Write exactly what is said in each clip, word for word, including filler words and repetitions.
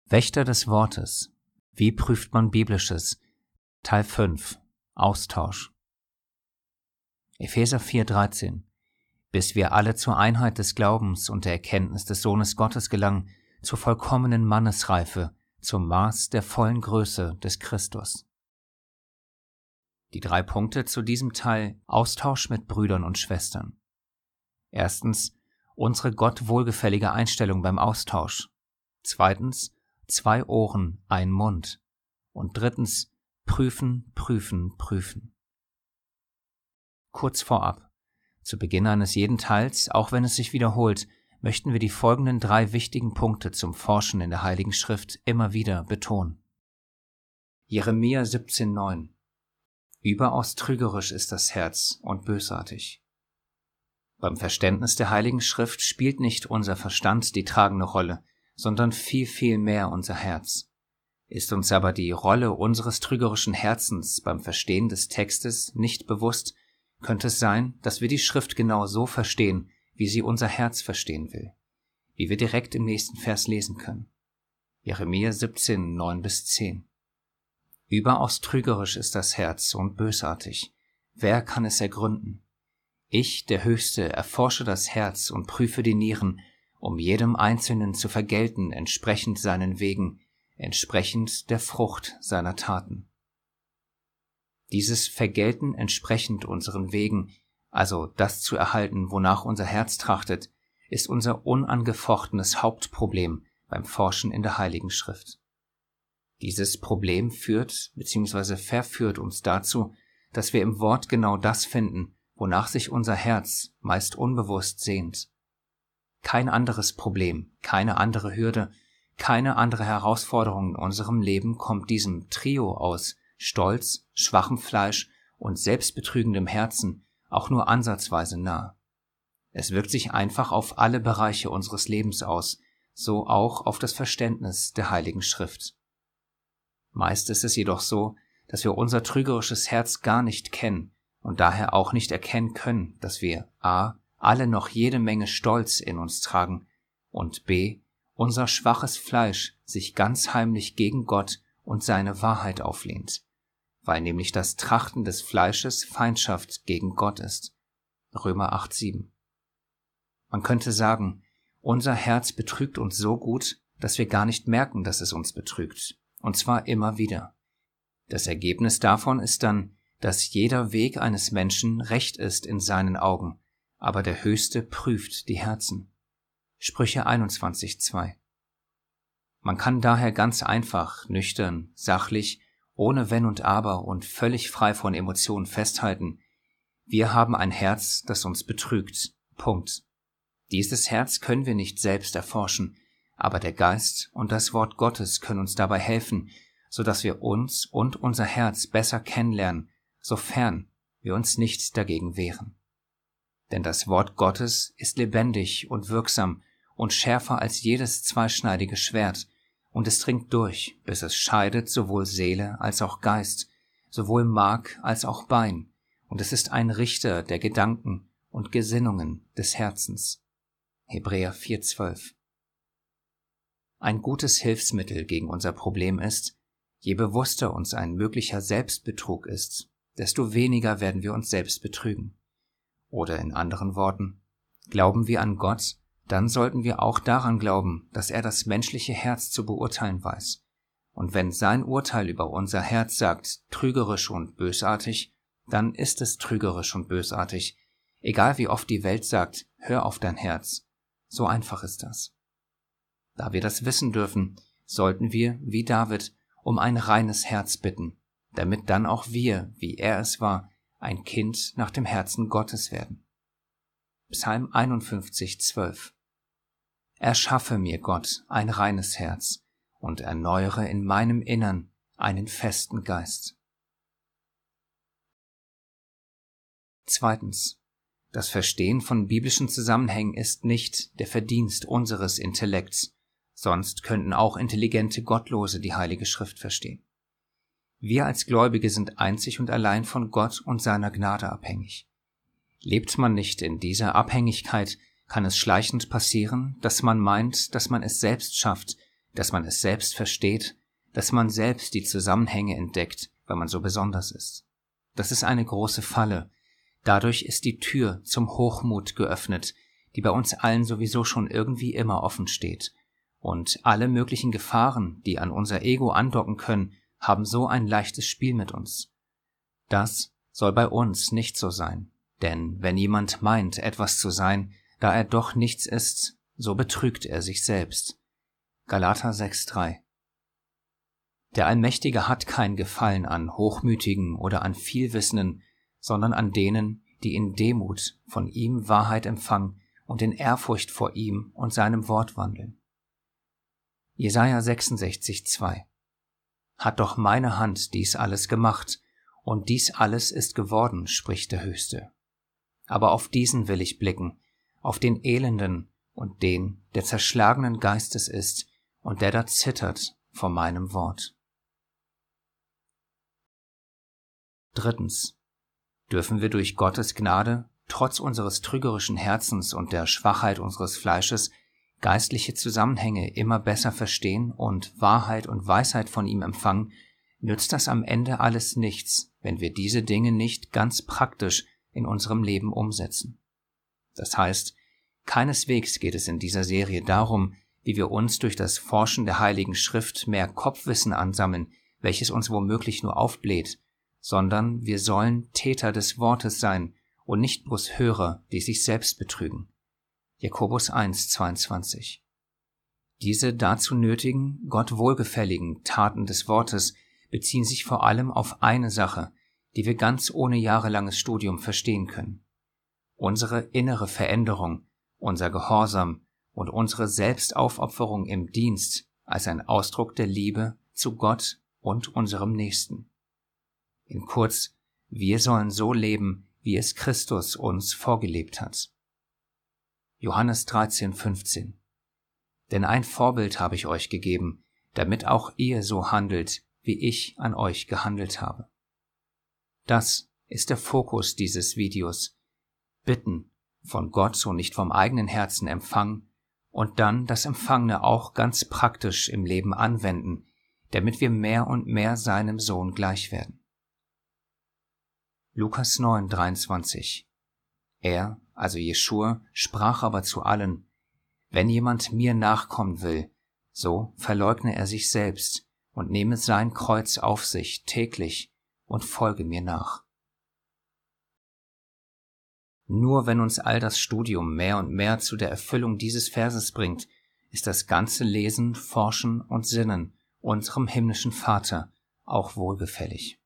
Wächter des Wortes. Wie prüft man Biblisches? Teil fünf. Austausch. Epheser vier dreizehn. Bis wir alle zur Einheit des Glaubens und der Erkenntnis des Sohnes Gottes gelangen, zur vollkommenen Mannesreife, zum Maß der vollen Größe des Christus. Die drei Punkte zu diesem Teil: Austausch mit Brüdern und Schwestern. Erstens, unsere Gott wohlgefällige Einstellung beim Austausch. Zweitens, zwei Ohren, ein Mund. Und drittens, prüfen, prüfen, prüfen. Kurz vorab. Zu Beginn eines jeden Teils, auch wenn es sich wiederholt, möchten wir die folgenden drei wichtigen Punkte zum Forschen in der Heiligen Schrift immer wieder betonen. Jeremia siebzehn neun. Überaus trügerisch ist das Herz und bösartig. Beim Verständnis der Heiligen Schrift spielt nicht unser Verstand die tragende Rolle, sondern viel, viel mehr unser Herz. Ist uns aber die Rolle unseres trügerischen Herzens beim Verstehen des Textes nicht bewusst, könnte es sein, dass wir die Schrift genau so verstehen, wie sie unser Herz verstehen will, wie wir direkt im nächsten Vers lesen können. Jeremia siebzehn neun bis zehn. Überaus trügerisch ist das Herz und bösartig. Wer kann es ergründen? Ich, der Höchste, erforsche das Herz und prüfe die Nieren, um jedem Einzelnen zu vergelten, entsprechend seinen Wegen, entsprechend der Frucht seiner Taten. Dieses Vergelten entsprechend unseren Wegen, also das zu erhalten, wonach unser Herz trachtet, ist unser unangefochtenes Hauptproblem beim Forschen in der Heiligen Schrift. Dieses Problem führt bzw. verführt uns dazu, dass wir im Wort genau das finden, wonach sich unser Herz meist unbewusst sehnt. Kein anderes Problem, keine andere Hürde, keine andere Herausforderung in unserem Leben kommt diesem Trio aus Stolz, schwachem Fleisch und selbstbetrügendem Herzen auch nur ansatzweise nah. Es wirkt sich einfach auf alle Bereiche unseres Lebens aus, so auch auf das Verständnis der Heiligen Schrift. Meist ist es jedoch so, dass wir unser trügerisches Herz gar nicht kennen und daher auch nicht erkennen können, dass wir a. alle noch jede Menge Stolz in uns tragen und b. unser schwaches Fleisch sich ganz heimlich gegen Gott und seine Wahrheit auflehnt, weil nämlich das Trachten des Fleisches Feindschaft gegen Gott ist. Römer acht sieben. Man könnte sagen, unser Herz betrügt uns so gut, dass wir gar nicht merken, dass es uns betrügt, und zwar immer wieder. Das Ergebnis davon ist dann, dass jeder Weg eines Menschen recht ist in seinen Augen, aber der Höchste prüft die Herzen. Sprüche einundzwanzig zwei. Man kann daher ganz einfach, nüchtern, sachlich, ohne Wenn und Aber und völlig frei von Emotionen festhalten: Wir haben ein Herz, das uns betrügt. Punkt. Dieses Herz können wir nicht selbst erforschen, aber der Geist und das Wort Gottes können uns dabei helfen, so dass wir uns und unser Herz besser kennenlernen, sofern wir uns nicht dagegen wehren. Denn das Wort Gottes ist lebendig und wirksam und schärfer als jedes zweischneidige Schwert, und es dringt durch, bis es scheidet sowohl Seele als auch Geist, sowohl Mark als auch Bein, und es ist ein Richter der Gedanken und Gesinnungen des Herzens. Hebräer vier zwölf. Ein gutes Hilfsmittel gegen unser Problem ist: Je bewusster uns ein möglicher Selbstbetrug ist, desto weniger werden wir uns selbst betrügen. Oder in anderen Worten: Glauben wir an Gott, dann sollten wir auch daran glauben, dass er das menschliche Herz zu beurteilen weiß. Und wenn sein Urteil über unser Herz sagt, trügerisch und bösartig, dann ist es trügerisch und bösartig, egal wie oft die Welt sagt, hör auf dein Herz. So einfach ist das. Da wir das wissen dürfen, sollten wir, wie David, um ein reines Herz bitten, damit dann auch wir, wie er es war, ein Kind nach dem Herzen Gottes werden. Psalm einundfünfzig zwölf. Erschaffe mir, Gott, ein reines Herz und erneuere in meinem Innern einen festen Geist. Zweitens. Das Verstehen von biblischen Zusammenhängen ist nicht der Verdienst unseres Intellekts, sonst könnten auch intelligente Gottlose die Heilige Schrift verstehen. Wir als Gläubige sind einzig und allein von Gott und seiner Gnade abhängig. Lebt man nicht in dieser Abhängigkeit, kann es schleichend passieren, dass man meint, dass man es selbst schafft, dass man es selbst versteht, dass man selbst die Zusammenhänge entdeckt, weil man so besonders ist. Das ist eine große Falle. Dadurch ist die Tür zum Hochmut geöffnet, die bei uns allen sowieso schon irgendwie immer offen steht. Und alle möglichen Gefahren, die an unser Ego andocken können, haben so ein leichtes Spiel mit uns. Das soll bei uns nicht so sein. Denn wenn jemand meint, etwas zu sein, da er doch nichts ist, so betrügt er sich selbst. Galater sechs drei. Der Allmächtige hat kein Gefallen an Hochmütigen oder an Vielwissenden, sondern an denen, die in Demut von ihm Wahrheit empfangen und in Ehrfurcht vor ihm und seinem Wort wandeln. Jesaja sechsundsechzig zwei. Hat doch meine Hand dies alles gemacht, und dies alles ist geworden, spricht der Höchste. Aber auf diesen will ich blicken, auf den Elenden und den, der zerschlagenen Geistes ist und der da zittert vor meinem Wort. Drittens. Dürfen wir durch Gottes Gnade, trotz unseres trügerischen Herzens und der Schwachheit unseres Fleisches, geistliche Zusammenhänge immer besser verstehen und Wahrheit und Weisheit von ihm empfangen, nützt das am Ende alles nichts, wenn wir diese Dinge nicht ganz praktisch in unserem Leben umsetzen. Das heißt, keineswegs geht es in dieser Serie darum, wie wir uns durch das Forschen der Heiligen Schrift mehr Kopfwissen ansammeln, welches uns womöglich nur aufbläht, sondern wir sollen Täter des Wortes sein und nicht bloß Hörer, die sich selbst betrügen. Jakobus eins zweiundzwanzig. Diese dazu nötigen, Gott wohlgefälligen Taten des Wortes beziehen sich vor allem auf eine Sache, die wir ganz ohne jahrelanges Studium verstehen können. Unsere innere Veränderung, unser Gehorsam und unsere Selbstaufopferung im Dienst als ein Ausdruck der Liebe zu Gott und unserem Nächsten. In kurz, wir sollen so leben, wie es Christus uns vorgelebt hat. Johannes dreizehn fünfzehn. Denn ein Vorbild habe ich euch gegeben, damit auch ihr so handelt, wie ich an euch gehandelt habe. Das ist der Fokus dieses Videos. Bitten, von Gott und nicht vom eigenen Herzen empfangen und dann das Empfangene auch ganz praktisch im Leben anwenden, damit wir mehr und mehr seinem Sohn gleich werden. Lukas neun dreiundzwanzig. Er, also Jeschua, sprach aber zu allen: Wenn jemand mir nachkommen will, so verleugne er sich selbst und nehme sein Kreuz auf sich täglich und folge mir nach. Nur wenn uns all das Studium mehr und mehr zu der Erfüllung dieses Verses bringt, ist das ganze Lesen, Forschen und Sinnen unserem himmlischen Vater auch wohlgefällig.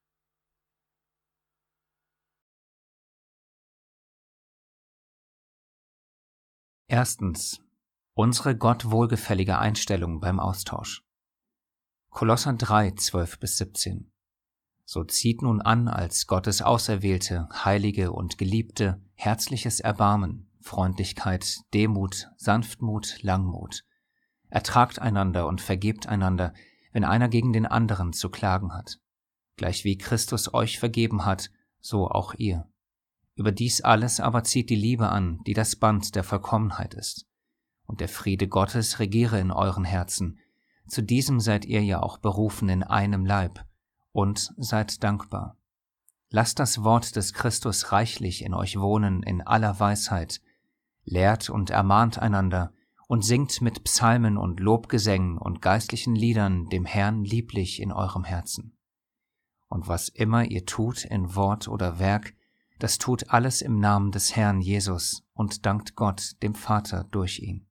Erstens. Unsere Gott wohlgefällige Einstellung beim Austausch. Kolosser drei, zwölf bis siebzehn. So zieht nun an als Gottes Auserwählte, Heilige und Geliebte, herzliches Erbarmen, Freundlichkeit, Demut, Sanftmut, Langmut. Ertragt einander und vergebt einander, wenn einer gegen den anderen zu klagen hat. Gleich wie Christus euch vergeben hat, so auch ihr. Über dies alles aber zieht die Liebe an, die das Band der Vollkommenheit ist. Und der Friede Gottes regiere in euren Herzen. Zu diesem seid ihr ja auch berufen in einem Leib. Und seid dankbar. Lasst das Wort des Christus reichlich in euch wohnen in aller Weisheit. Lehrt und ermahnt einander und singt mit Psalmen und Lobgesängen und geistlichen Liedern dem Herrn lieblich in eurem Herzen. Und was immer ihr tut in Wort oder Werk, das tut alles im Namen des Herrn Jesus und dankt Gott, dem Vater, durch ihn.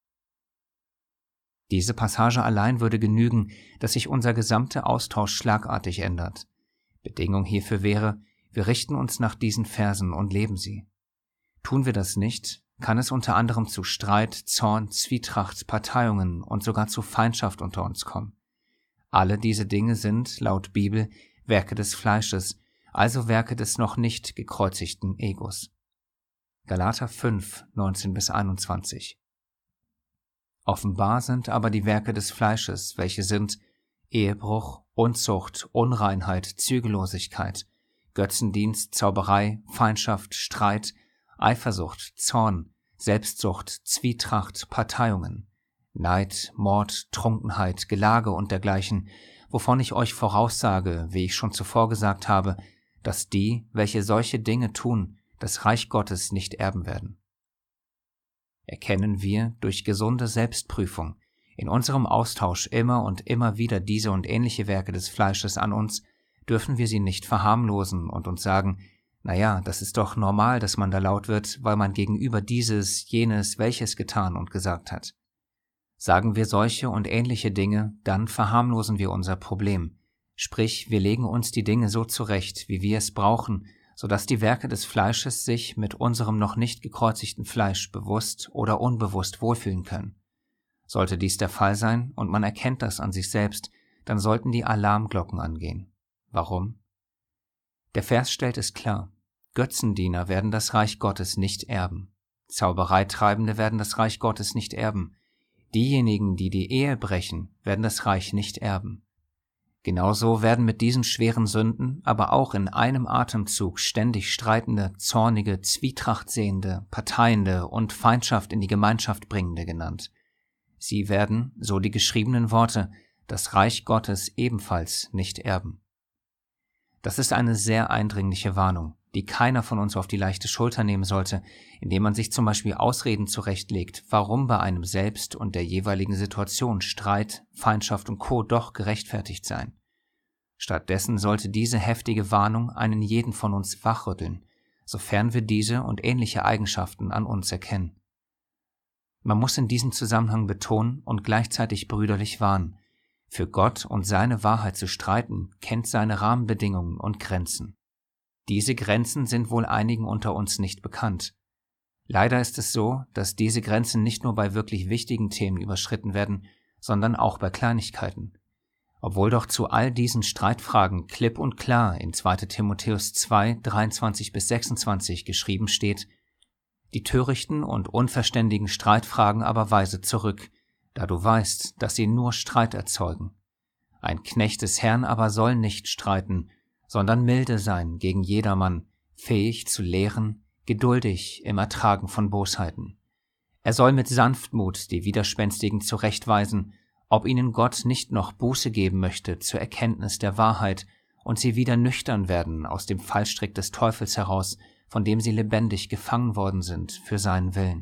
Diese Passage allein würde genügen, dass sich unser gesamter Austausch schlagartig ändert. Bedingung hierfür wäre, wir richten uns nach diesen Versen und leben sie. Tun wir das nicht, kann es unter anderem zu Streit, Zorn, Zwietracht, Parteiungen und sogar zu Feindschaft unter uns kommen. Alle diese Dinge sind, laut Bibel, Werke des Fleisches, also Werke des noch nicht gekreuzigten Egos. Galater fünf, neunzehn bis einundzwanzig. Offenbar sind aber die Werke des Fleisches, welche sind Ehebruch, Unzucht, Unreinheit, Zügellosigkeit, Götzendienst, Zauberei, Feindschaft, Streit, Eifersucht, Zorn, Selbstsucht, Zwietracht, Parteiungen, Neid, Mord, Trunkenheit, Gelage und dergleichen, wovon ich euch voraussage, wie ich schon zuvor gesagt habe, dass die, welche solche Dinge tun, das Reich Gottes nicht erben werden. Erkennen wir durch gesunde Selbstprüfung in unserem Austausch immer und immer wieder diese und ähnliche Werke des Fleisches an uns, dürfen wir sie nicht verharmlosen und uns sagen, naja, das ist doch normal, dass man da laut wird, weil man gegenüber dieses, jenes, welches getan und gesagt hat. Sagen wir solche und ähnliche Dinge, dann verharmlosen wir unser Problem. Sprich, wir legen uns die Dinge so zurecht, wie wir es brauchen, sodass die Werke des Fleisches sich mit unserem noch nicht gekreuzigten Fleisch bewusst oder unbewusst wohlfühlen können. Sollte dies der Fall sein und man erkennt das an sich selbst, dann sollten die Alarmglocken angehen. Warum? Der Vers stellt es klar. Götzendiener werden das Reich Gottes nicht erben. Zaubereitreibende werden das Reich Gottes nicht erben. Diejenigen, die die Ehe brechen, werden das Reich nicht erben. Genauso werden mit diesen schweren Sünden aber auch in einem Atemzug ständig streitende, zornige, Zwietracht sehende, parteiende und Feindschaft in die Gemeinschaft bringende genannt. Sie werden, so die geschriebenen Worte, das Reich Gottes ebenfalls nicht erben. Das ist eine sehr eindringliche Warnung, die keiner von uns auf die leichte Schulter nehmen sollte, indem man sich zum Beispiel Ausreden zurechtlegt, warum bei einem selbst und der jeweiligen Situation Streit, Feindschaft und Co. doch gerechtfertigt seien. Stattdessen sollte diese heftige Warnung einen jeden von uns wachrütteln, sofern wir diese und ähnliche Eigenschaften an uns erkennen. Man muss in diesem Zusammenhang betonen und gleichzeitig brüderlich warnen, für Gott und seine Wahrheit zu streiten, kennt seine Rahmenbedingungen und Grenzen. Diese Grenzen sind wohl einigen unter uns nicht bekannt. Leider ist es so, dass diese Grenzen nicht nur bei wirklich wichtigen Themen überschritten werden, sondern auch bei Kleinigkeiten. Obwohl doch zu all diesen Streitfragen klipp und klar in zweiter Timotheus zwei, dreiundzwanzig bis sechsundzwanzig geschrieben steht: Die törichten und unverständigen Streitfragen aber weise zurück, da du weißt, dass sie nur Streit erzeugen. Ein Knecht des Herrn aber soll nicht streiten, sondern milde sein gegen jedermann, fähig zu lehren, geduldig im Ertragen von Bosheiten. Er soll mit Sanftmut die Widerspenstigen zurechtweisen, ob ihnen Gott nicht noch Buße geben möchte zur Erkenntnis der Wahrheit und sie wieder nüchtern werden aus dem Fallstrick des Teufels heraus, von dem sie lebendig gefangen worden sind für seinen Willen.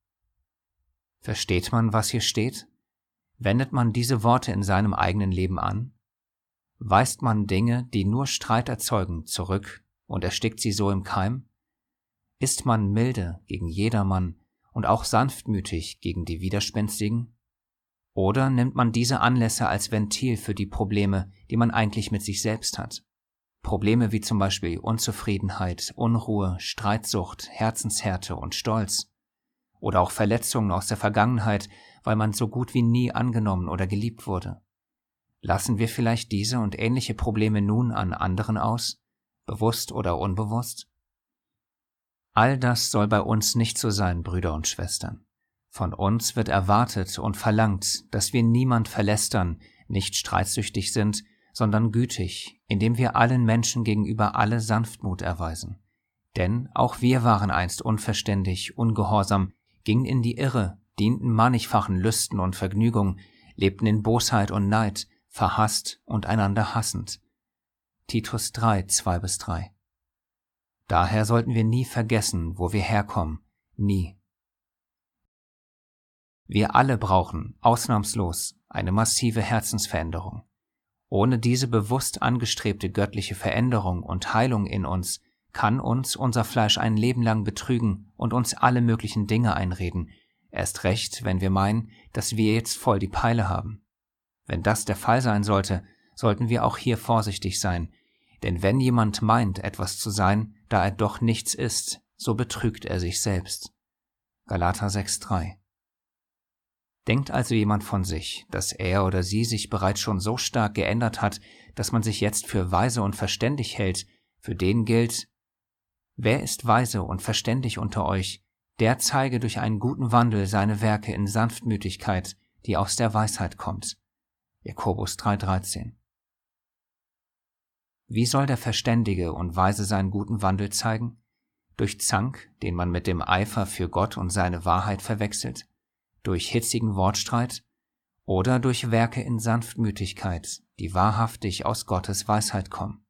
Versteht man, was hier steht? Wendet man diese Worte in seinem eigenen Leben an? Weist man Dinge, die nur Streit erzeugen, zurück und erstickt sie so im Keim? Ist man milde gegen jedermann und auch sanftmütig gegen die Widerspenstigen? Oder nimmt man diese Anlässe als Ventil für die Probleme, die man eigentlich mit sich selbst hat? Probleme wie zum Beispiel Unzufriedenheit, Unruhe, Streitsucht, Herzenshärte und Stolz. Oder auch Verletzungen aus der Vergangenheit, weil man so gut wie nie angenommen oder geliebt wurde. Lassen wir vielleicht diese und ähnliche Probleme nun an anderen aus, bewusst oder unbewusst? All das soll bei uns nicht so sein, Brüder und Schwestern. Von uns wird erwartet und verlangt, dass wir niemand verlästern, nicht streitsüchtig sind, sondern gütig, indem wir allen Menschen gegenüber alle Sanftmut erweisen. Denn auch wir waren einst unverständig, ungehorsam, gingen in die Irre, dienten mannigfachen Lüsten und Vergnügungen, lebten in Bosheit und Neid, verhasst und einander hassend. Titus drei, zwei bis drei. Daher sollten wir nie vergessen, wo wir herkommen, nie. Wir alle brauchen, ausnahmslos, eine massive Herzensveränderung. Ohne diese bewusst angestrebte göttliche Veränderung und Heilung in uns kann uns unser Fleisch ein Leben lang betrügen und uns alle möglichen Dinge einreden, erst recht, wenn wir meinen, dass wir jetzt voll die Peile haben. Wenn das der Fall sein sollte, sollten wir auch hier vorsichtig sein, denn wenn jemand meint, etwas zu sein, da er doch nichts ist, so betrügt er sich selbst. Galater sechs, drei. Denkt also jemand von sich, dass er oder sie sich bereits schon so stark geändert hat, dass man sich jetzt für weise und verständig hält, für den gilt: Wer ist weise und verständig unter euch, der zeige durch einen guten Wandel seine Werke in Sanftmütigkeit, die aus der Weisheit kommt. Jakobus drei, dreizehn. Wie soll der Verständige und Weise seinen guten Wandel zeigen? Durch Zank, den man mit dem Eifer für Gott und seine Wahrheit verwechselt? durch hitzigen Wortstreit oder durch Werke in Sanftmütigkeit, die wahrhaftig aus Gottes Weisheit kommen.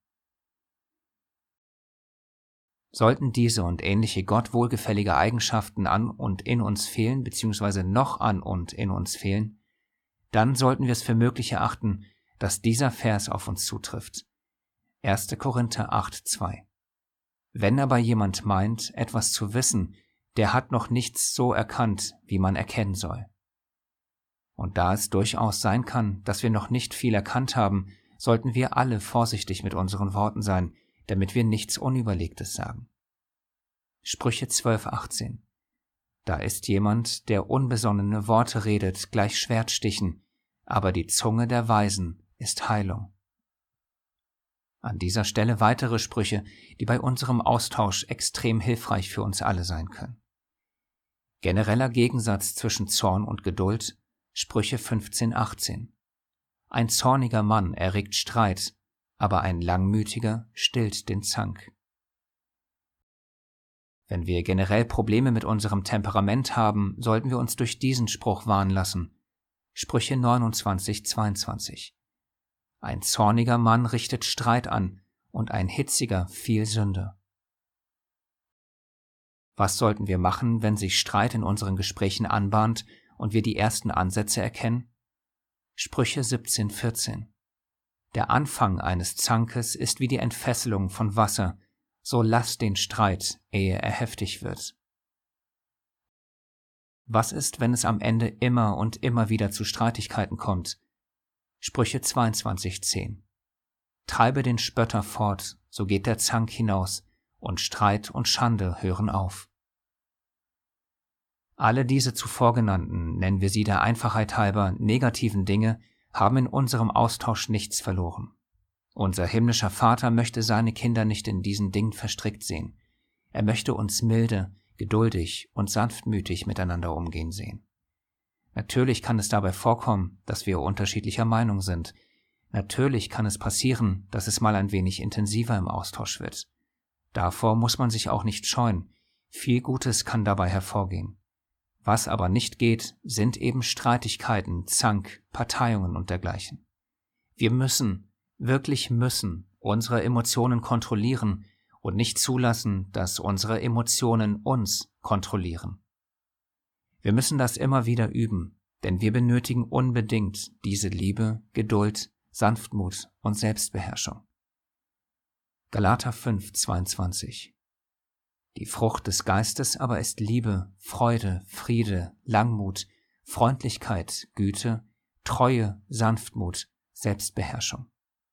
Sollten diese und ähnliche Gott wohlgefällige Eigenschaften an und in uns fehlen, beziehungsweise noch an und in uns fehlen, dann sollten wir es für möglich erachten, dass dieser Vers auf uns zutrifft. erster Korinther acht, zwei. Wenn aber jemand meint, etwas zu wissen, der hat noch nichts so erkannt, wie man erkennen soll. Und da es durchaus sein kann, dass wir noch nicht viel erkannt haben, sollten wir alle vorsichtig mit unseren Worten sein, damit wir nichts Unüberlegtes sagen. Sprüche zwölf, achtzehn. Da ist jemand, der unbesonnene Worte redet, gleich Schwertstichen, aber die Zunge der Weisen ist Heilung. An dieser Stelle weitere Sprüche, die bei unserem Austausch extrem hilfreich für uns alle sein können. Genereller Gegensatz zwischen Zorn und Geduld, Sprüche fünfzehn, achtzehn. Ein zorniger Mann erregt Streit, aber ein Langmütiger stillt den Zank. Wenn wir generell Probleme mit unserem Temperament haben, sollten wir uns durch diesen Spruch warnen lassen. Sprüche neunundzwanzig, zweiundzwanzig. Ein zorniger Mann richtet Streit an und ein hitziger viel Sünde. Was sollten wir machen, wenn sich Streit in unseren Gesprächen anbahnt und wir die ersten Ansätze erkennen? Sprüche siebzehn, vierzehn. Der Anfang eines Zankes ist wie die Entfesselung von Wasser, so lasst den Streit, ehe er heftig wird. Was ist, wenn es am Ende immer und immer wieder zu Streitigkeiten kommt? Sprüche zweiundzwanzig, zehn. Treibe den Spötter fort, so geht der Zank hinaus, und Streit und Schande hören auf. Alle diese zuvor genannten, nennen wir sie der Einfachheit halber, negativen Dinge, haben in unserem Austausch nichts verloren. Unser himmlischer Vater möchte seine Kinder nicht in diesen Dingen verstrickt sehen. Er möchte uns milde, geduldig und sanftmütig miteinander umgehen sehen. Natürlich kann es dabei vorkommen, dass wir unterschiedlicher Meinung sind. Natürlich kann es passieren, dass es mal ein wenig intensiver im Austausch wird. Davor muss man sich auch nicht scheuen. Viel Gutes kann dabei hervorgehen. Was aber nicht geht, sind eben Streitigkeiten, Zank, Parteiungen und dergleichen. Wir müssen, wirklich müssen, unsere Emotionen kontrollieren und nicht zulassen, dass unsere Emotionen uns kontrollieren. Wir müssen das immer wieder üben, denn wir benötigen unbedingt diese Liebe, Geduld, Sanftmut und Selbstbeherrschung. Galater fünf, zweiundzwanzig. Die Frucht des Geistes aber ist Liebe, Freude, Friede, Langmut, Freundlichkeit, Güte, Treue, Sanftmut, Selbstbeherrschung.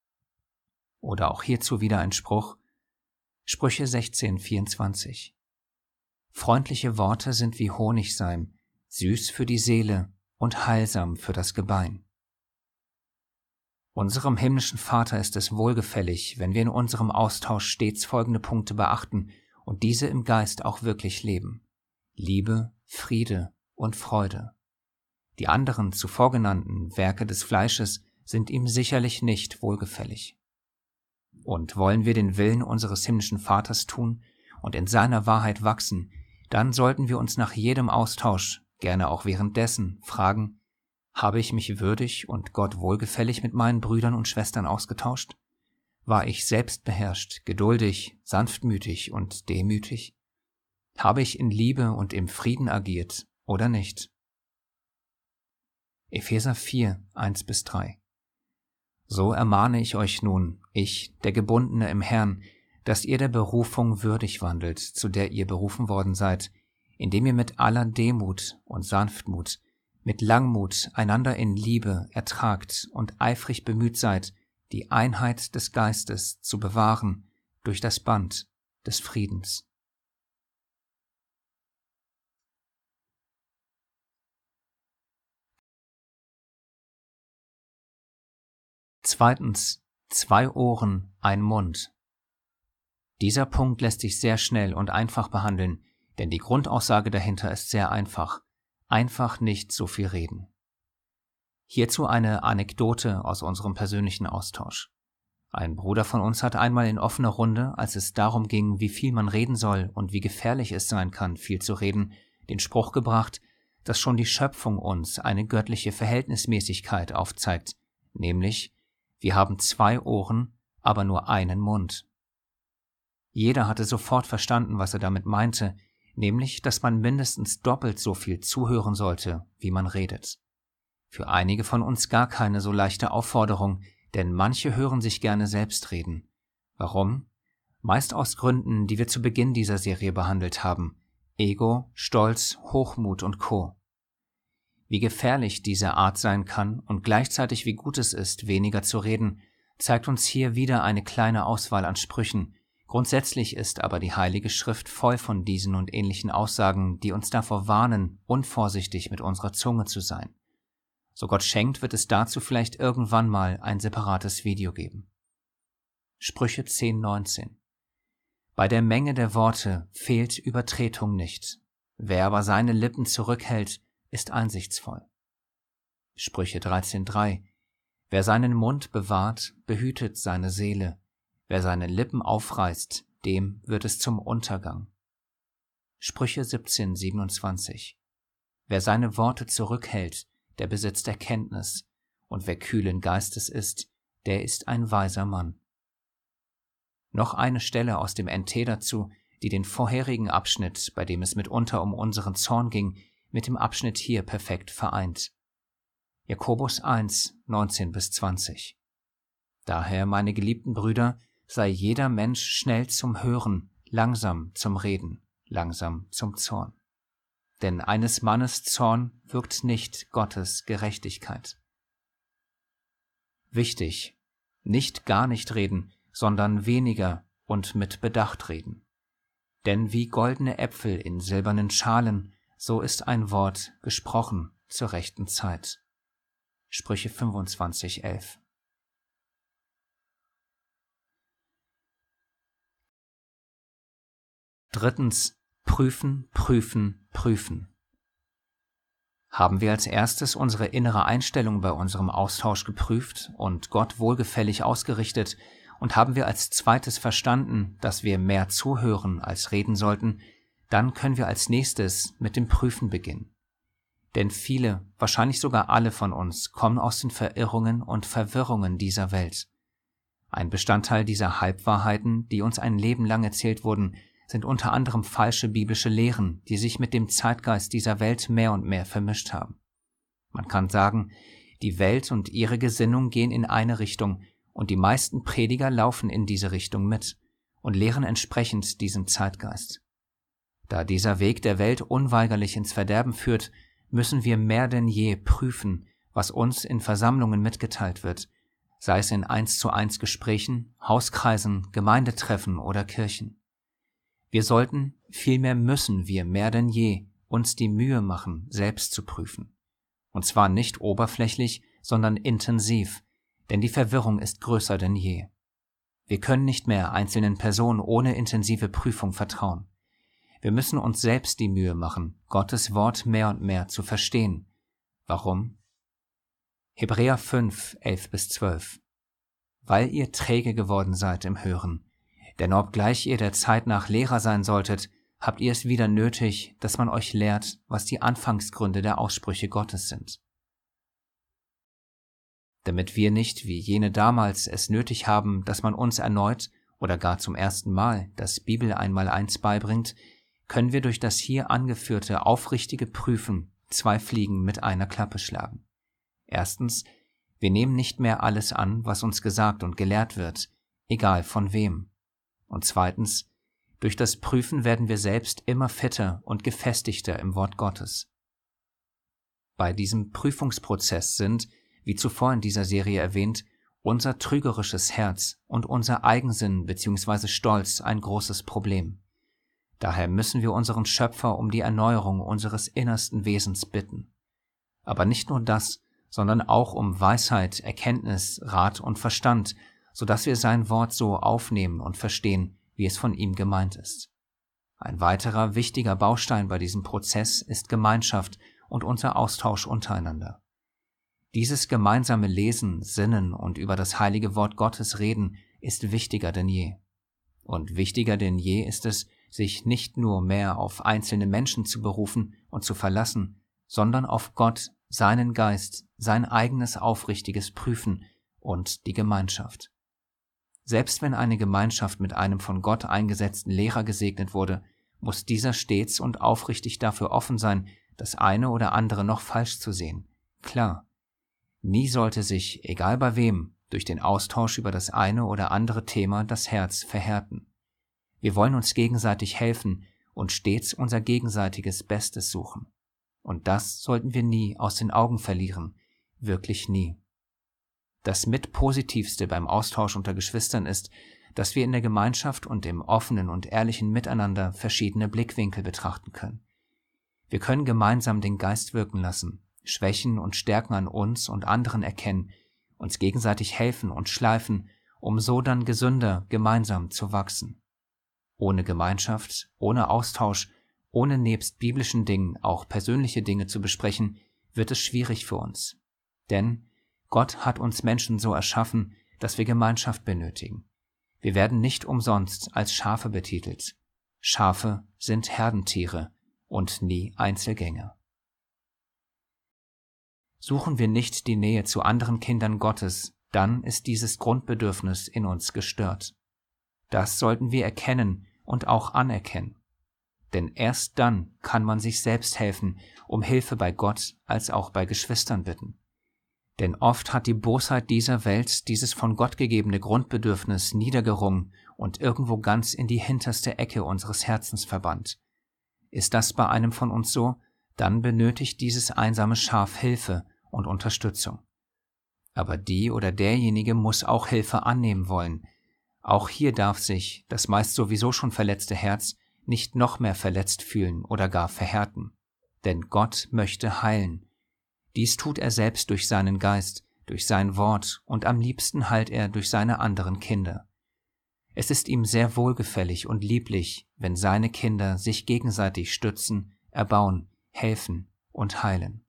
Oder auch hierzu wieder ein Spruch, Sprüche sechzehn, vierundzwanzig. Freundliche Worte sind wie Honigseim, süß für die Seele und heilsam für das Gebein. Unserem himmlischen Vater ist es wohlgefällig, wenn wir in unserem Austausch stets folgende Punkte beachten und diese im Geist auch wirklich leben. Liebe, Friede und Freude. Die anderen zuvor genannten Werke des Fleisches sind ihm sicherlich nicht wohlgefällig. Und wollen wir den Willen unseres himmlischen Vaters tun und in seiner Wahrheit wachsen, dann sollten wir uns nach jedem Austausch, gerne auch währenddessen, fragen, habe ich mich würdig und Gott wohlgefällig mit meinen Brüdern und Schwestern ausgetauscht? War ich selbstbeherrscht, geduldig, sanftmütig und demütig? Habe ich in Liebe und im Frieden agiert oder nicht? Epheser vier, eins bis drei. So ermahne ich euch nun, ich, der Gebundene im Herrn, dass ihr der Berufung würdig wandelt, zu der ihr berufen worden seid, indem ihr mit aller Demut und Sanftmut, mit Langmut einander in Liebe ertragt und eifrig bemüht seid, die Einheit des Geistes zu bewahren durch das Band des Friedens. Zweitens, zwei Ohren, ein Mund. Dieser Punkt lässt sich sehr schnell und einfach behandeln, denn die Grundaussage dahinter ist sehr einfach. Einfach nicht so viel reden. Hierzu eine Anekdote aus unserem persönlichen Austausch. Ein Bruder von uns hat einmal in offener Runde, als es darum ging, wie viel man reden soll und wie gefährlich es sein kann, viel zu reden, den Spruch gebracht, dass schon die Schöpfung uns eine göttliche Verhältnismäßigkeit aufzeigt, nämlich wir haben zwei Ohren, aber nur einen Mund. Jeder hatte sofort verstanden, was er damit meinte, nämlich, dass man mindestens doppelt so viel zuhören sollte, wie man redet. Für einige von uns gar keine so leichte Aufforderung, denn manche hören sich gerne selbst reden. Warum? Meist aus Gründen, die wir zu Beginn dieser Serie behandelt haben: Ego, Stolz, Hochmut und Co. Wie gefährlich diese Art sein kann und gleichzeitig wie gut es ist, weniger zu reden, zeigt uns hier wieder eine kleine Auswahl an Sprüchen. Grundsätzlich ist aber die Heilige Schrift voll von diesen und ähnlichen Aussagen, die uns davor warnen, unvorsichtig mit unserer Zunge zu sein. So Gott schenkt, wird es dazu vielleicht irgendwann mal ein separates Video geben. Sprüche zehn neunzehn. Bei der Menge der Worte fehlt Übertretung nicht. Wer aber seine Lippen zurückhält, ist einsichtsvoll. Sprüche dreizehn drei. Wer seinen Mund bewahrt, behütet seine Seele. Wer seine Lippen aufreißt, dem wird es zum Untergang. Sprüche siebzehn siebenundzwanzig. Wer seine Worte zurückhält, der besitzt Erkenntnis, und wer kühlen Geistes ist, der ist ein weiser Mann. Noch eine Stelle aus dem N T dazu, die den vorherigen Abschnitt, bei dem es mitunter um unseren Zorn ging, mit dem Abschnitt hier perfekt vereint. Jakobus eins, neunzehn bis zwanzig. Daher, meine geliebten Brüder, sei jeder Mensch schnell zum Hören, langsam zum Reden, langsam zum Zorn. Denn eines Mannes Zorn wirkt nicht Gottes Gerechtigkeit. Wichtig, nicht gar nicht reden, sondern weniger und mit Bedacht reden. Denn wie goldene Äpfel in silbernen Schalen, so ist ein Wort gesprochen zur rechten Zeit. Sprüche fünfundzwanzig elf. Drittens, prüfen, prüfen, prüfen. Haben wir als erstes unsere innere Einstellung bei unserem Austausch geprüft und Gott wohlgefällig ausgerichtet, und haben wir als zweites verstanden, dass wir mehr zuhören als reden sollten, dann können wir als nächstes mit dem Prüfen beginnen. Denn viele, wahrscheinlich sogar alle von uns, kommen aus den Verirrungen und Verwirrungen dieser Welt. Ein Bestandteil dieser Halbwahrheiten, die uns ein Leben lang erzählt wurden, sind unter anderem falsche biblische Lehren, die sich mit dem Zeitgeist dieser Welt mehr und mehr vermischt haben. Man kann sagen, die Welt und ihre Gesinnung gehen in eine Richtung, und die meisten Prediger laufen in diese Richtung mit und lehren entsprechend diesem Zeitgeist. Da dieser Weg der Welt unweigerlich ins Verderben führt, müssen wir mehr denn je prüfen, was uns in Versammlungen mitgeteilt wird, sei es in eins zu eins Gesprächen, Hauskreisen, Gemeindetreffen oder Kirchen. Wir sollten, vielmehr müssen wir mehr denn je uns die Mühe machen, selbst zu prüfen. Und zwar nicht oberflächlich, sondern intensiv, denn die Verwirrung ist größer denn je. Wir können nicht mehr einzelnen Personen ohne intensive Prüfung vertrauen. Wir müssen uns selbst die Mühe machen, Gottes Wort mehr und mehr zu verstehen. Warum? Hebräer fünf, elf bis zwölf. Weil ihr träge geworden seid im Hören, denn obgleich ihr der Zeit nach Lehrer sein solltet, habt ihr es wieder nötig, dass man euch lehrt, was die Anfangsgründe der Aussprüche Gottes sind. Damit wir nicht, wie jene damals, es nötig haben, dass man uns erneut oder gar zum ersten Mal das Bibel einmal eins beibringt, können wir durch das hier angeführte aufrichtige Prüfen zwei Fliegen mit einer Klappe schlagen. Erstens, wir nehmen nicht mehr alles an, was uns gesagt und gelehrt wird, egal von wem. Und zweitens, durch das Prüfen werden wir selbst immer fitter und gefestigter im Wort Gottes. Bei diesem Prüfungsprozess sind, wie zuvor in dieser Serie erwähnt, unser trügerisches Herz und unser Eigensinn bzw. Stolz ein großes Problem. Daher müssen wir unseren Schöpfer um die Erneuerung unseres innersten Wesens bitten. Aber nicht nur das, sondern auch um Weisheit, Erkenntnis, Rat und Verstand, sodass wir sein Wort so aufnehmen und verstehen, wie es von ihm gemeint ist. Ein weiterer wichtiger Baustein bei diesem Prozess ist Gemeinschaft und unser Austausch untereinander. Dieses gemeinsame Lesen, Sinnen und über das heilige Wort Gottes reden ist wichtiger denn je. Und wichtiger denn je ist es, sich nicht nur mehr auf einzelne Menschen zu berufen und zu verlassen, sondern auf Gott, seinen Geist, sein eigenes aufrichtiges Prüfen und die Gemeinschaft. Selbst wenn eine Gemeinschaft mit einem von Gott eingesetzten Lehrer gesegnet wurde, muss dieser stets und aufrichtig dafür offen sein, das eine oder andere noch falsch zu sehen. Klar, nie sollte sich, egal bei wem, durch den Austausch über das eine oder andere Thema das Herz verhärten. Wir wollen uns gegenseitig helfen und stets unser gegenseitiges Bestes suchen. Und das sollten wir nie aus den Augen verlieren, wirklich nie. Das Mitpositivste beim Austausch unter Geschwistern ist, dass wir in der Gemeinschaft und im offenen und ehrlichen Miteinander verschiedene Blickwinkel betrachten können. Wir können gemeinsam den Geist wirken lassen, Schwächen und Stärken an uns und anderen erkennen, uns gegenseitig helfen und schleifen, um so dann gesünder gemeinsam zu wachsen. Ohne Gemeinschaft, ohne Austausch, ohne nebst biblischen Dingen auch persönliche Dinge zu besprechen, wird es schwierig für uns. Denn Gott hat uns Menschen so erschaffen, dass wir Gemeinschaft benötigen. Wir werden nicht umsonst als Schafe betitelt. Schafe sind Herdentiere und nie Einzelgänger. Suchen wir nicht die Nähe zu anderen Kindern Gottes, dann ist dieses Grundbedürfnis in uns gestört. Das sollten wir erkennen und auch anerkennen. Denn erst dann kann man sich selbst helfen, um Hilfe bei Gott als auch bei Geschwistern bitten. Denn oft hat die Bosheit dieser Welt dieses von Gott gegebene Grundbedürfnis niedergerungen und irgendwo ganz in die hinterste Ecke unseres Herzens verbannt. Ist das bei einem von uns so, dann benötigt dieses einsame Schaf Hilfe und Unterstützung. Aber die oder derjenige muss auch Hilfe annehmen wollen. Auch hier darf sich das meist sowieso schon verletzte Herz nicht noch mehr verletzt fühlen oder gar verhärten. Denn Gott möchte heilen. Dies tut er selbst durch seinen Geist, durch sein Wort und am liebsten heilt er durch seine anderen Kinder. Es ist ihm sehr wohlgefällig und lieblich, wenn seine Kinder sich gegenseitig stützen, erbauen, helfen und heilen.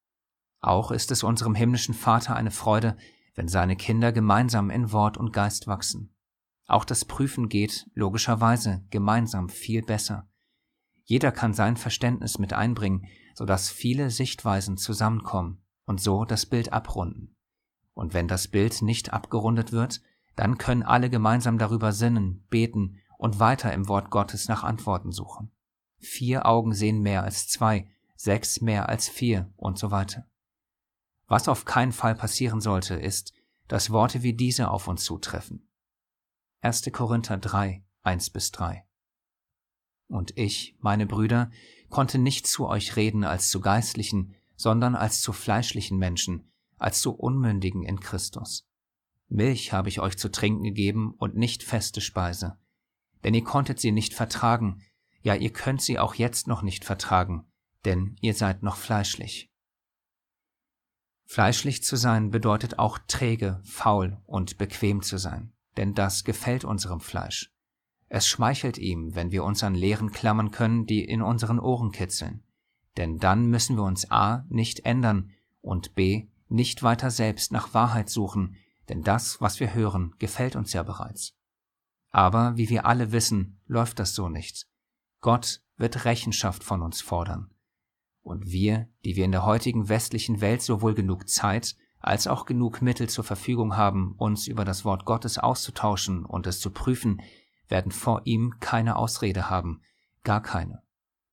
Auch ist es unserem himmlischen Vater eine Freude, wenn seine Kinder gemeinsam in Wort und Geist wachsen. Auch das Prüfen geht, logischerweise, gemeinsam viel besser. Jeder kann sein Verständnis mit einbringen, sodass viele Sichtweisen zusammenkommen und so das Bild abrunden. Und wenn das Bild nicht abgerundet wird, dann können alle gemeinsam darüber sinnen, beten und weiter im Wort Gottes nach Antworten suchen. Vier Augen sehen mehr als zwei, sechs mehr als vier und so weiter. Was auf keinen Fall passieren sollte, ist, dass Worte wie diese auf uns zutreffen. erster Korinther drei, eins bis drei. Und ich, meine Brüder, konnte nicht zu euch reden als zu geistlichen, sondern als zu fleischlichen Menschen, als zu Unmündigen in Christus. Milch habe ich euch zu trinken gegeben und nicht feste Speise. Denn ihr konntet sie nicht vertragen, ja, ihr könnt sie auch jetzt noch nicht vertragen, denn ihr seid noch fleischlich. Fleischlich zu sein bedeutet auch träge, faul und bequem zu sein, denn das gefällt unserem Fleisch. Es schmeichelt ihm, wenn wir uns an Lehren klammern können, die in unseren Ohren kitzeln. Denn dann müssen wir uns a. nicht ändern und b. nicht weiter selbst nach Wahrheit suchen, denn das, was wir hören, gefällt uns ja bereits. Aber, wie wir alle wissen, läuft das so nicht. Gott wird Rechenschaft von uns fordern. Und wir, die wir in der heutigen westlichen Welt sowohl genug Zeit als auch genug Mittel zur Verfügung haben, uns über das Wort Gottes auszutauschen und es zu prüfen, werden vor ihm keine Ausrede haben, gar keine.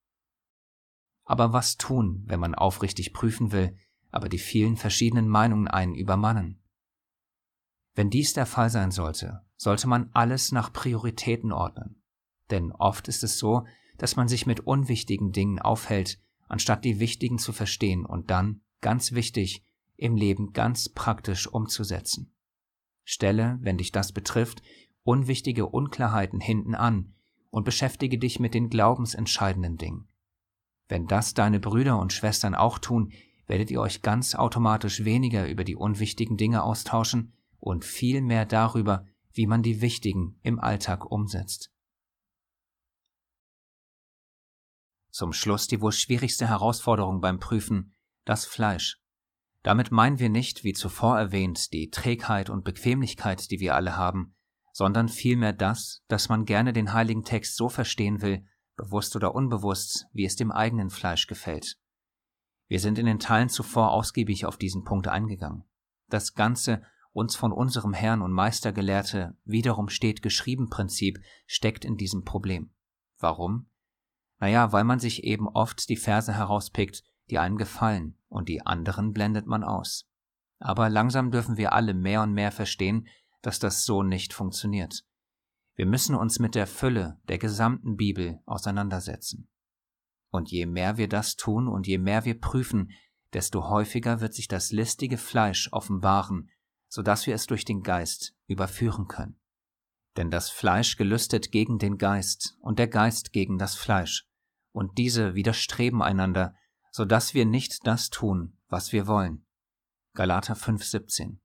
Aber was tun, wenn man aufrichtig prüfen will, aber die vielen verschiedenen Meinungen einen übermannen? Wenn dies der Fall sein sollte, sollte man alles nach Prioritäten ordnen. Denn oft ist es so, dass man sich mit unwichtigen Dingen aufhält, anstatt die wichtigen zu verstehen und dann, ganz wichtig, im Leben ganz praktisch umzusetzen. Stelle, wenn dich das betrifft, unwichtige Unklarheiten hinten an und beschäftige dich mit den glaubensentscheidenden Dingen. Wenn das deine Brüder und Schwestern auch tun, werdet ihr euch ganz automatisch weniger über die unwichtigen Dinge austauschen und viel mehr darüber, wie man die wichtigen im Alltag umsetzt. Zum Schluss die wohl schwierigste Herausforderung beim Prüfen, das Fleisch. Damit meinen wir nicht, wie zuvor erwähnt, die Trägheit und Bequemlichkeit, die wir alle haben, sondern vielmehr das, dass man gerne den heiligen Text so verstehen will, bewusst oder unbewusst, wie es dem eigenen Fleisch gefällt. Wir sind in den Teilen zuvor ausgiebig auf diesen Punkt eingegangen. Das ganze uns von unserem Herrn und Meister gelehrte, wiederum steht geschrieben Prinzip steckt in diesem Problem. Warum? Naja, weil man sich eben oft die Verse herauspickt, die einem gefallen, und die anderen blendet man aus. Aber langsam dürfen wir alle mehr und mehr verstehen, dass das so nicht funktioniert. Wir müssen uns mit der Fülle der gesamten Bibel auseinandersetzen. Und je mehr wir das tun und je mehr wir prüfen, desto häufiger wird sich das listige Fleisch offenbaren, sodass wir es durch den Geist überführen können. Denn das Fleisch gelüstet gegen den Geist und der Geist gegen das Fleisch, und diese widerstreben einander, sodass wir nicht das tun, was wir wollen. Galater fünf siebzehn.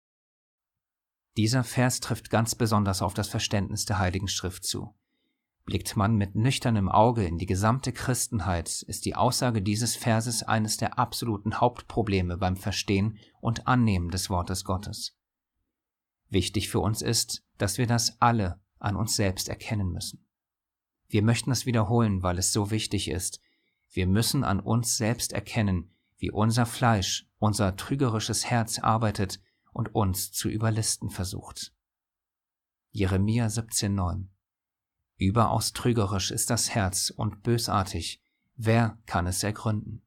Dieser Vers trifft ganz besonders auf das Verständnis der Heiligen Schrift zu. Blickt man mit nüchternem Auge in die gesamte Christenheit, ist die Aussage dieses Verses eines der absoluten Hauptprobleme beim Verstehen und Annehmen des Wortes Gottes. Wichtig für uns ist, dass wir das alle an uns selbst erkennen müssen. Wir möchten es wiederholen, weil es so wichtig ist. Wir müssen an uns selbst erkennen, wie unser Fleisch, unser trügerisches Herz arbeitet und uns zu überlisten versucht. Jeremia siebzehn neun. Überaus trügerisch ist das Herz und bösartig, wer kann es ergründen?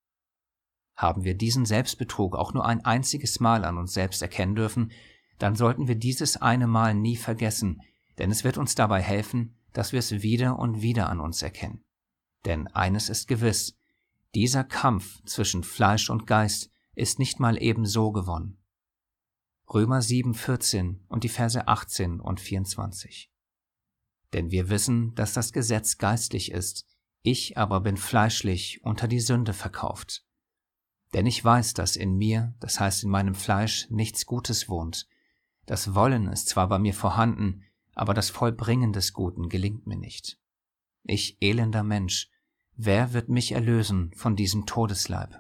Haben wir diesen Selbstbetrug auch nur ein einziges Mal an uns selbst erkennen dürfen, dann sollten wir dieses eine Mal nie vergessen, denn es wird uns dabei helfen, dass wir es wieder und wieder an uns erkennen. Denn eines ist gewiss, dieser Kampf zwischen Fleisch und Geist ist nicht mal eben so gewonnen. Römer sieben vierzehn und die Verse achtzehn und vierundzwanzig. Denn wir wissen, dass das Gesetz geistlich ist, ich aber bin fleischlich unter die Sünde verkauft. Denn ich weiß, dass in mir, das heißt in meinem Fleisch, nichts Gutes wohnt. Das Wollen ist zwar bei mir vorhanden, aber das Vollbringen des Guten gelingt mir nicht. Ich elender Mensch, wer wird mich erlösen von diesem Todesleib?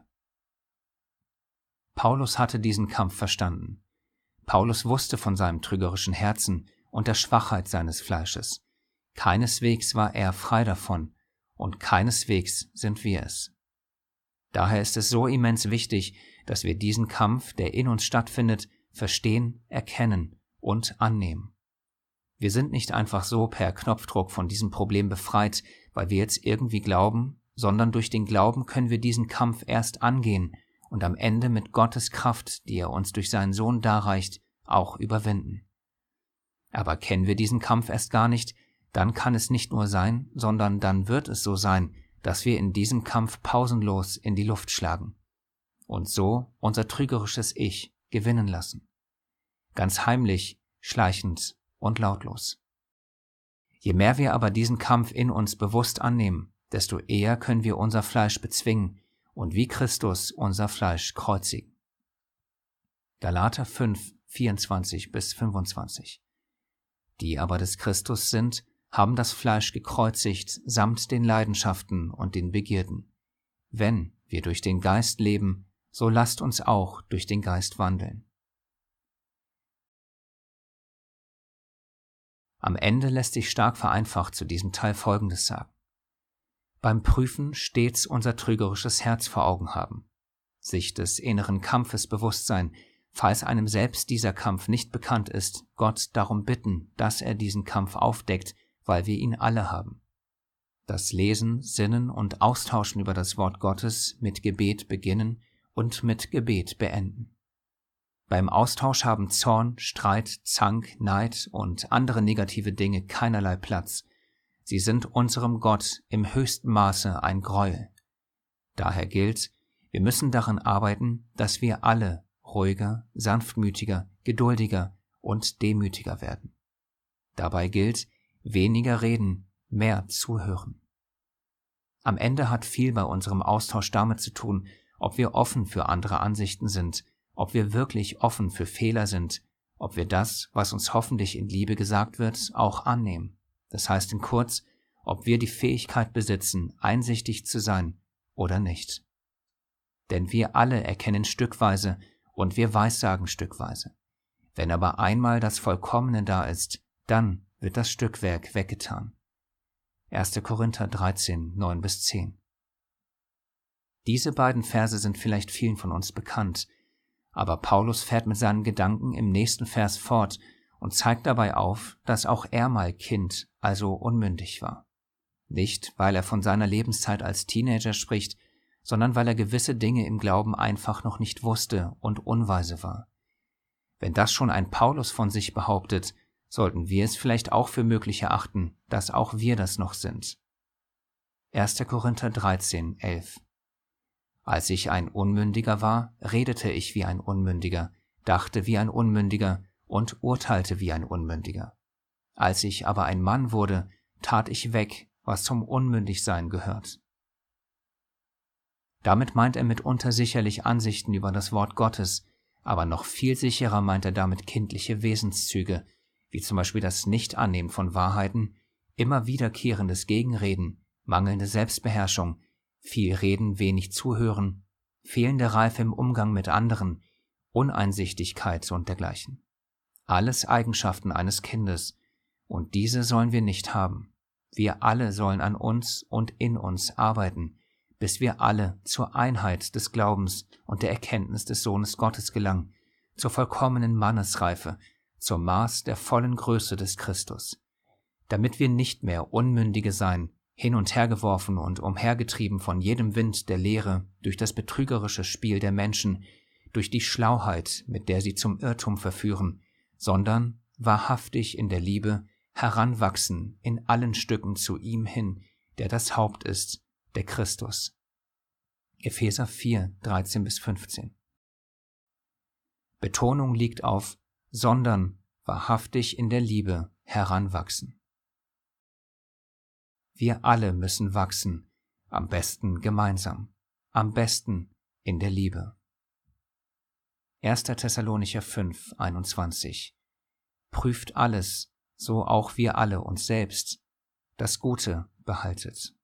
Paulus hatte diesen Kampf verstanden. Paulus wusste von seinem trügerischen Herzen und der Schwachheit seines Fleisches. Keineswegs war er frei davon, und keineswegs sind wir es. Daher ist es so immens wichtig, dass wir diesen Kampf, der in uns stattfindet, verstehen, erkennen und annehmen. Wir sind nicht einfach so per Knopfdruck von diesem Problem befreit, weil wir jetzt irgendwie glauben, sondern durch den Glauben können wir diesen Kampf erst angehen und am Ende mit Gottes Kraft, die er uns durch seinen Sohn darreicht, auch überwinden. Aber kennen wir diesen Kampf erst gar nicht, dann kann es nicht nur sein, sondern dann wird es so sein, dass wir in diesem Kampf pausenlos in die Luft schlagen und so unser trügerisches Ich gewinnen lassen. Ganz heimlich, schleichend und lautlos. Je mehr wir aber diesen Kampf in uns bewusst annehmen, desto eher können wir unser Fleisch bezwingen und wie Christus unser Fleisch kreuzigen. Galater fünf vierundzwanzig bis fünfundzwanzig. Die aber des Christus sind, haben das Fleisch gekreuzigt samt den Leidenschaften und den Begierden. Wenn wir durch den Geist leben, so lasst uns auch durch den Geist wandeln. Am Ende lässt sich stark vereinfacht zu diesem Teil Folgendes sagen. Beim Prüfen stets unser trügerisches Herz vor Augen haben, sich des inneren Kampfes bewusst sein, falls einem selbst dieser Kampf nicht bekannt ist, Gott darum bitten, dass er diesen Kampf aufdeckt, weil wir ihn alle haben. Das Lesen, Sinnen und Austauschen über das Wort Gottes mit Gebet beginnen und mit Gebet beenden. Beim Austausch haben Zorn, Streit, Zank, Neid und andere negative Dinge keinerlei Platz. Sie sind unserem Gott im höchsten Maße ein Gräuel. Daher gilt, wir müssen daran arbeiten, dass wir alle ruhiger, sanftmütiger, geduldiger und demütiger werden. Dabei gilt, weniger reden, mehr zuhören. Am Ende hat viel bei unserem Austausch damit zu tun, ob wir offen für andere Ansichten sind, ob wir wirklich offen für Fehler sind, ob wir das, was uns hoffentlich in Liebe gesagt wird, auch annehmen. Das heißt in kurz, ob wir die Fähigkeit besitzen, einsichtig zu sein oder nicht. Denn wir alle erkennen stückweise und wir weissagen stückweise. Wenn aber einmal das Vollkommene da ist, dann wird das Stückwerk weggetan. erster Korinther dreizehn neun bis zehn. Diese beiden Verse sind vielleicht vielen von uns bekannt, aber Paulus fährt mit seinen Gedanken im nächsten Vers fort und zeigt dabei auf, dass auch er mal Kind, also unmündig war. Nicht, weil er von seiner Lebenszeit als Teenager spricht, sondern weil er gewisse Dinge im Glauben einfach noch nicht wusste und unweise war. Wenn das schon ein Paulus von sich behauptet, sollten wir es vielleicht auch für möglich erachten, dass auch wir das noch sind. erster Korinther dreizehn, elf. Als ich ein Unmündiger war, redete ich wie ein Unmündiger, dachte wie ein Unmündiger und urteilte wie ein Unmündiger. Als ich aber ein Mann wurde, tat ich weg, was zum Unmündigsein gehört. Damit meint er mitunter sicherlich Ansichten über das Wort Gottes, aber noch viel sicherer meint er damit kindliche Wesenszüge, wie zum Beispiel das Nicht-Annehmen von Wahrheiten, immer wiederkehrendes Gegenreden, mangelnde Selbstbeherrschung, viel Reden, wenig Zuhören, fehlende Reife im Umgang mit anderen, Uneinsichtigkeit und dergleichen. Alles Eigenschaften eines Kindes, und diese sollen wir nicht haben. Wir alle sollen an uns und in uns arbeiten, bis wir alle zur Einheit des Glaubens und der Erkenntnis des Sohnes Gottes gelangen, zur vollkommenen Mannesreife, zum Maß der vollen Größe des Christus, damit wir nicht mehr Unmündige sein, hin und her geworfen und umhergetrieben von jedem Wind der Lehre, durch das betrügerische Spiel der Menschen, durch die Schlauheit, mit der sie zum Irrtum verführen, sondern wahrhaftig in der Liebe heranwachsen in allen Stücken zu ihm hin, der das Haupt ist, der Christus. Epheser vier, dreizehn bis fünfzehn. Betonung liegt auf sondern wahrhaftig in der Liebe heranwachsen. Wir alle müssen wachsen, am besten gemeinsam, am besten in der Liebe. erster Thessalonicher fünf, einundzwanzig. Prüft alles, so auch wir alle uns selbst, das Gute behaltet.